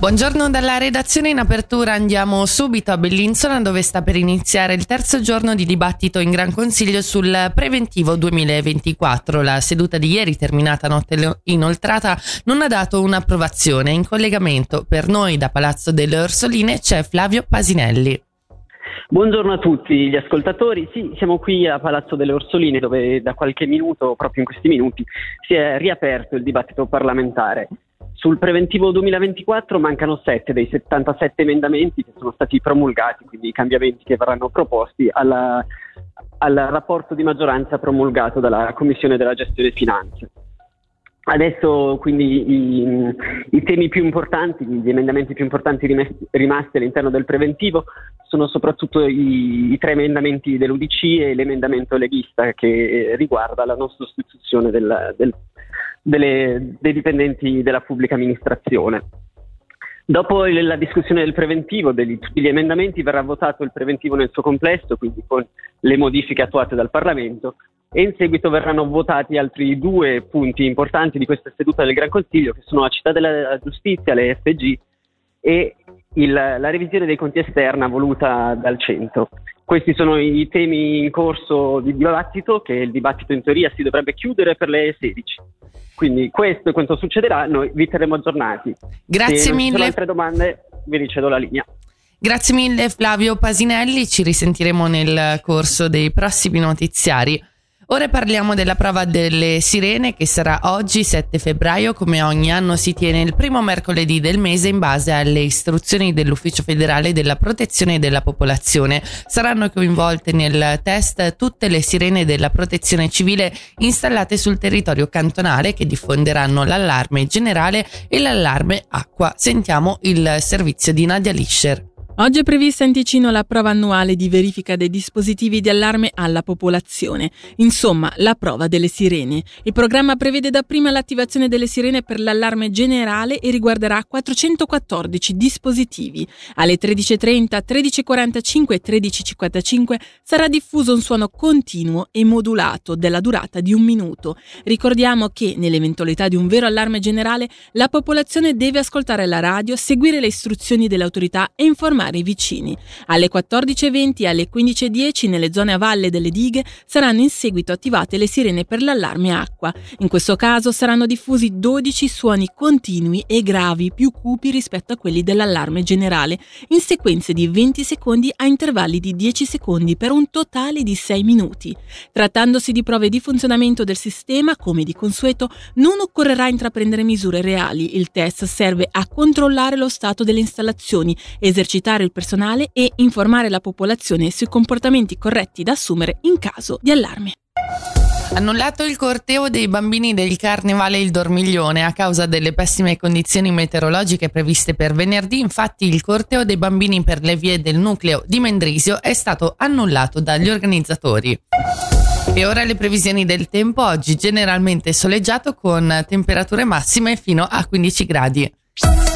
Buongiorno dalla redazione. In apertura andiamo subito a Bellinzona, dove sta per iniziare il terzo giorno di dibattito in Gran Consiglio sul preventivo 2024. La seduta di ieri, terminata notte inoltrata, non ha dato un'approvazione. In collegamento per noi da Palazzo delle Orsoline c'è Flavio Pasinelli. Buongiorno a tutti gli ascoltatori. Sì, siamo qui a Palazzo delle Orsoline, dove da qualche minuto, proprio in questi minuti, si è riaperto il dibattito parlamentare. Sul preventivo 2024 mancano 7 dei 77 emendamenti che sono stati promulgati, quindi i cambiamenti che verranno proposti al rapporto di maggioranza promulgato dalla Commissione della Gestione Finanze. Adesso quindi i temi più importanti, gli emendamenti più importanti rimasti all'interno del preventivo sono soprattutto i 3 emendamenti dell'UDC e l'emendamento leghista che riguarda la non sostituzione dei dipendenti della pubblica amministrazione. Dopo la discussione del preventivo, di tutti gli emendamenti, verrà votato il preventivo nel suo complesso, quindi con le modifiche attuate dal Parlamento, e in seguito verranno votati altri 2 punti importanti di questa seduta del Gran Consiglio, che sono la città della giustizia, le FG, e la revisione dei conti esterna voluta dal centro. Questi sono i temi in corso di dibattito, che il dibattito in teoria si dovrebbe chiudere per le 16. Quindi questo è quanto succederà, noi vi terremo aggiornati. Grazie mille. Se non ci sono altre domande, vi ricevo la linea. Grazie mille Flavio Pasinelli, ci risentiremo nel corso dei prossimi notiziari. Ora parliamo della prova delle sirene, che sarà oggi 7 febbraio. Come ogni anno si tiene il primo mercoledì del mese in base alle istruzioni dell'Ufficio Federale della Protezione della Popolazione. Saranno coinvolte nel test tutte le sirene della Protezione Civile installate sul territorio cantonale, che diffonderanno l'allarme generale e l'allarme acqua. Sentiamo il servizio di Nadia Lischer. Oggi è prevista in Ticino la prova annuale di verifica dei dispositivi di allarme alla popolazione, insomma la prova delle sirene. Il programma prevede dapprima l'attivazione delle sirene per l'allarme generale e riguarderà 414 dispositivi. Alle 13.30, 13.45 e 13.55 sarà diffuso un suono continuo e modulato della durata di 1 minuto. Ricordiamo che, nell'eventualità di un vero allarme generale, la popolazione deve ascoltare la radio, seguire le istruzioni delle autorità e informare i vicini. Alle 14.20 e alle 15.10 nelle zone a valle delle dighe saranno in seguito attivate le sirene per l'allarme acqua. In questo caso saranno diffusi 12 suoni continui e gravi più cupi rispetto a quelli dell'allarme generale, in sequenze di 20 secondi a intervalli di 10 secondi per un totale di 6 minuti. Trattandosi di prove di funzionamento del sistema, come di consueto, non occorrerà intraprendere misure reali. Il test serve a controllare lo stato delle installazioni, esercitare il personale e informare la popolazione sui comportamenti corretti da assumere in caso di allarme. Annullato il corteo dei bambini del Carnevale Il Dormiglione a causa delle pessime condizioni meteorologiche previste per venerdì. Infatti il corteo dei bambini per le vie del nucleo di Mendrisio è stato annullato dagli organizzatori. E ora le previsioni del tempo. Oggi generalmente soleggiato con temperature massime fino a 15 gradi.